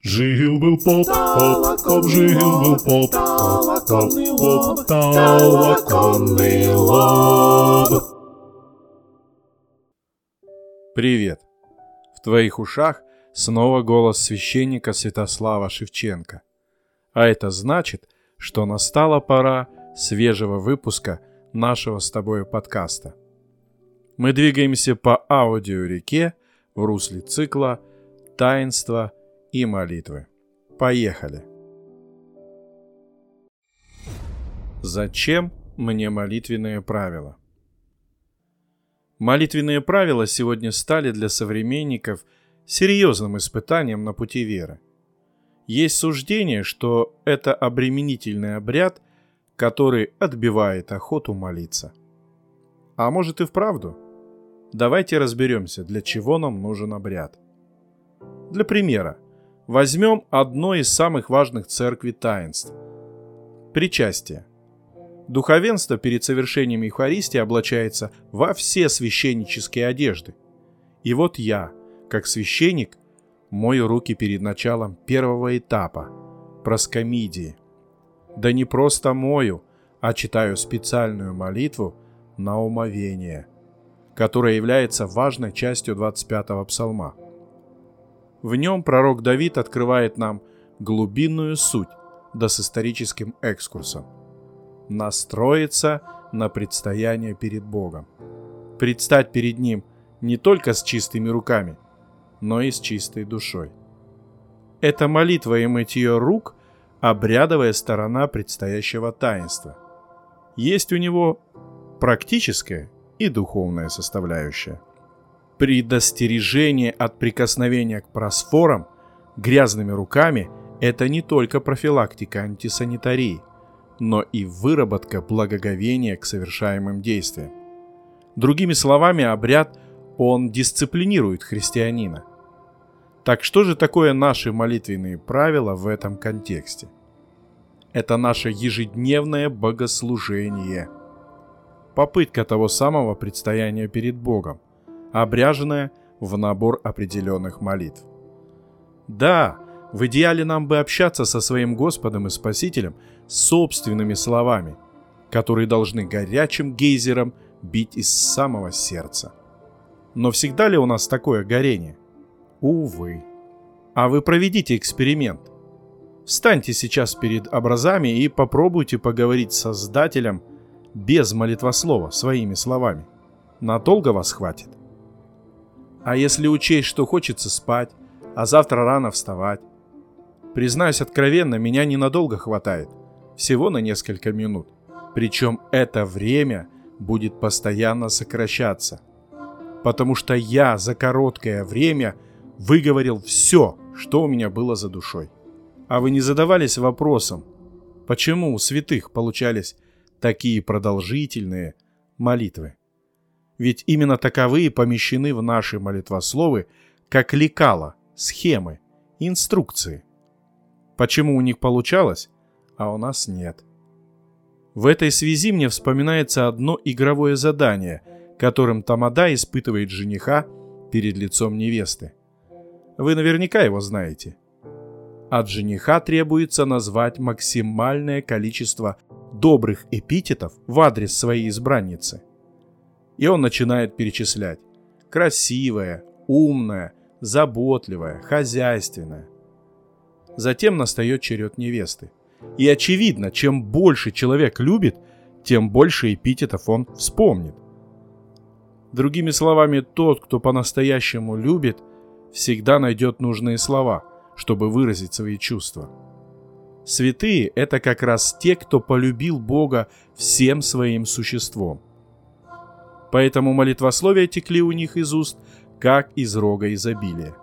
Жил-был поп, поп, жил-был поп, поп, поп, толоконный лоб. Привет! В твоих ушах снова голос священника Святослава Шевченко. А это значит, что настала пора свежего выпуска нашего с тобой подкаста. Мы двигаемся по аудиореке в русле цикла «Таинства и молитвы». Поехали! Зачем мне молитвенные правила? Молитвенные правила сегодня стали для современников серьезным испытанием на пути веры. Есть суждение, что это обременительный обряд, который отбивает охоту молиться. А может и вправду? Давайте разберемся, для чего нам нужен обряд. Для примера, возьмем одно из самых важных церкви таинств – причастие. Духовенство перед совершением Евхаристии облачается во все священнические одежды. И вот я, как священник, мою руки перед началом первого этапа – проскомидии. Да не просто мою, а читаю специальную молитву на омовение, которая является важной частью 25-го псалма. В нем пророк Давид открывает нам глубинную суть, да с историческим экскурсом. Настроиться на предстояние перед Богом. Предстать перед Ним не только с чистыми руками, но и с чистой душой. Эта молитва и мытье рук – обрядовая сторона предстоящего таинства. Есть у него практическая и духовная составляющая. Предостережение от прикосновения к просфорам грязными руками – это не только профилактика антисанитарии, но и выработка благоговения к совершаемым действиям. Другими словами, обряд, он дисциплинирует христианина. Так что же такое наши молитвенные правила в этом контексте? Это наше ежедневное богослужение. Попытка того самого предстояния перед Богом, обряженная в набор определенных молитв. Да, в идеале нам бы общаться со своим Господом и Спасителем собственными словами, которые должны горячим гейзером бить из самого сердца. Но всегда ли у нас такое горение? Увы. А вы проведите эксперимент. Встаньте сейчас перед образами и попробуйте поговорить с Создателем без молитвослова, своими словами. Надолго вас хватит? А если учесть, что хочется спать, а завтра рано вставать? Признаюсь откровенно, меня ненадолго хватает, всего на несколько минут. Причем это время будет постоянно сокращаться. Потому что я за короткое время выговорил все, что у меня было за душой. А вы не задавались вопросом, почему у святых получались такие продолжительные молитвы? Ведь именно таковые помещены в наши молитвословы как лекала, схемы, инструкции. Почему у них получалось, а у нас нет? В этой связи мне вспоминается одно игровое задание, которым тамада испытывает жениха перед лицом невесты. Вы наверняка его знаете. От жениха требуется назвать максимальное количество добрых эпитетов в адрес своей избранницы. И он начинает перечислять: красивая, умная, заботливая, хозяйственная. Затем настает черед невесты. И очевидно, чем больше человек любит, тем больше эпитетов он вспомнит. Другими словами, тот, кто по-настоящему любит, всегда найдет нужные слова, чтобы выразить свои чувства. Святые – это как раз те, кто полюбил Бога всем своим существом. Поэтому молитвословия текли у них из уст, как из рога изобилия.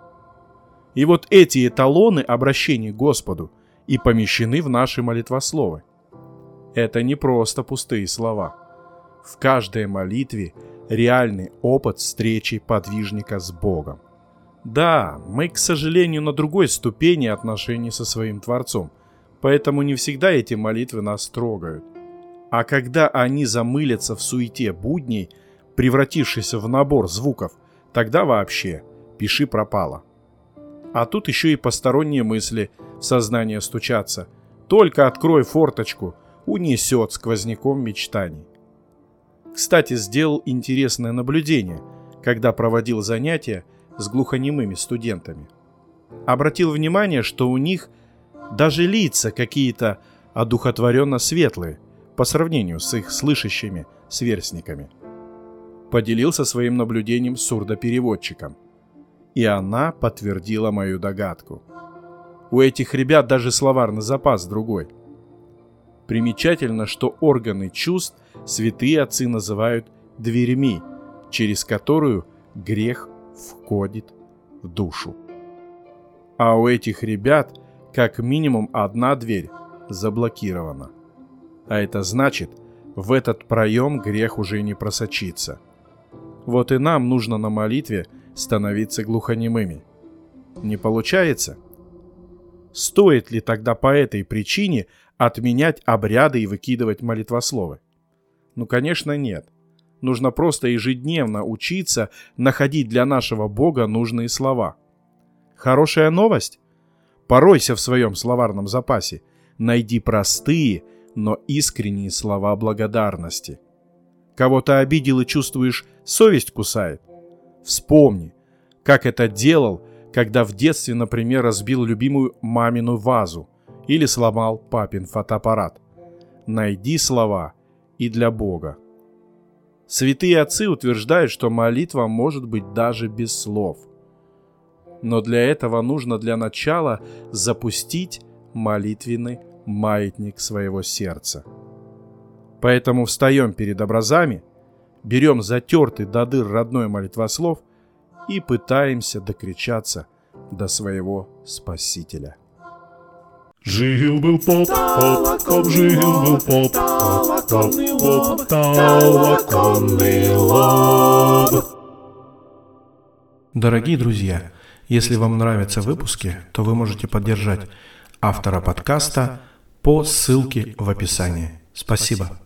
И вот эти эталоны обращений к Господу и помещены в наши молитвословы. Это не просто пустые слова. В каждой молитве реальный опыт встречи подвижника с Богом. Да, мы, к сожалению, на другой ступени отношений со своим Творцом, поэтому не всегда эти молитвы нас трогают. А когда они замылятся в суете будней, превратившись в набор звуков, тогда вообще пиши пропало. А тут еще и посторонние мысли в сознание стучатся. Только открой форточку, унесет сквозняком мечтаний. Кстати, сделал интересное наблюдение, когда проводил занятия с глухонемыми студентами. Обратил внимание, что у них даже лица какие-то одухотворенно светлые по сравнению с их слышащими сверстниками. Поделился своим наблюдением с сурдопереводчиком. И она подтвердила мою догадку. У этих ребят даже словарный запас другой. Примечательно, что органы чувств святые отцы называют дверьми, через которую грех входит в душу. А у этих ребят как минимум одна дверь заблокирована. А это значит, в этот проем грех уже не просочится. Вот и нам нужно на молитве становиться глухонемыми. Не получается? Стоит ли тогда по этой причине отменять обряды и выкидывать молитвословы? Ну, конечно, нет. Нужно просто ежедневно учиться находить для нашего Бога нужные слова. Хорошая новость? Поройся в своем словарном запасе. Найди простые, но искренние слова благодарности. Кого-то обидел и чувствуешь, совесть кусает? Вспомни, как это делал, когда в детстве, например, разбил любимую мамину вазу или сломал папин фотоаппарат. Найди слова и для Бога. Святые отцы утверждают, что молитва может быть даже без слов. Но для этого нужно для начала запустить молитвенный маятник своего сердца. Поэтому встаем перед образами, берем затертый до дыр родной молитвослов и пытаемся докричаться до своего Спасителя. Жил-был поп, поп, жил-был поп, поп, поп, толоконный лоб. Дорогие друзья, если вам нравятся выпуски, то вы можете поддержать автора подкаста по ссылке в описании. Спасибо.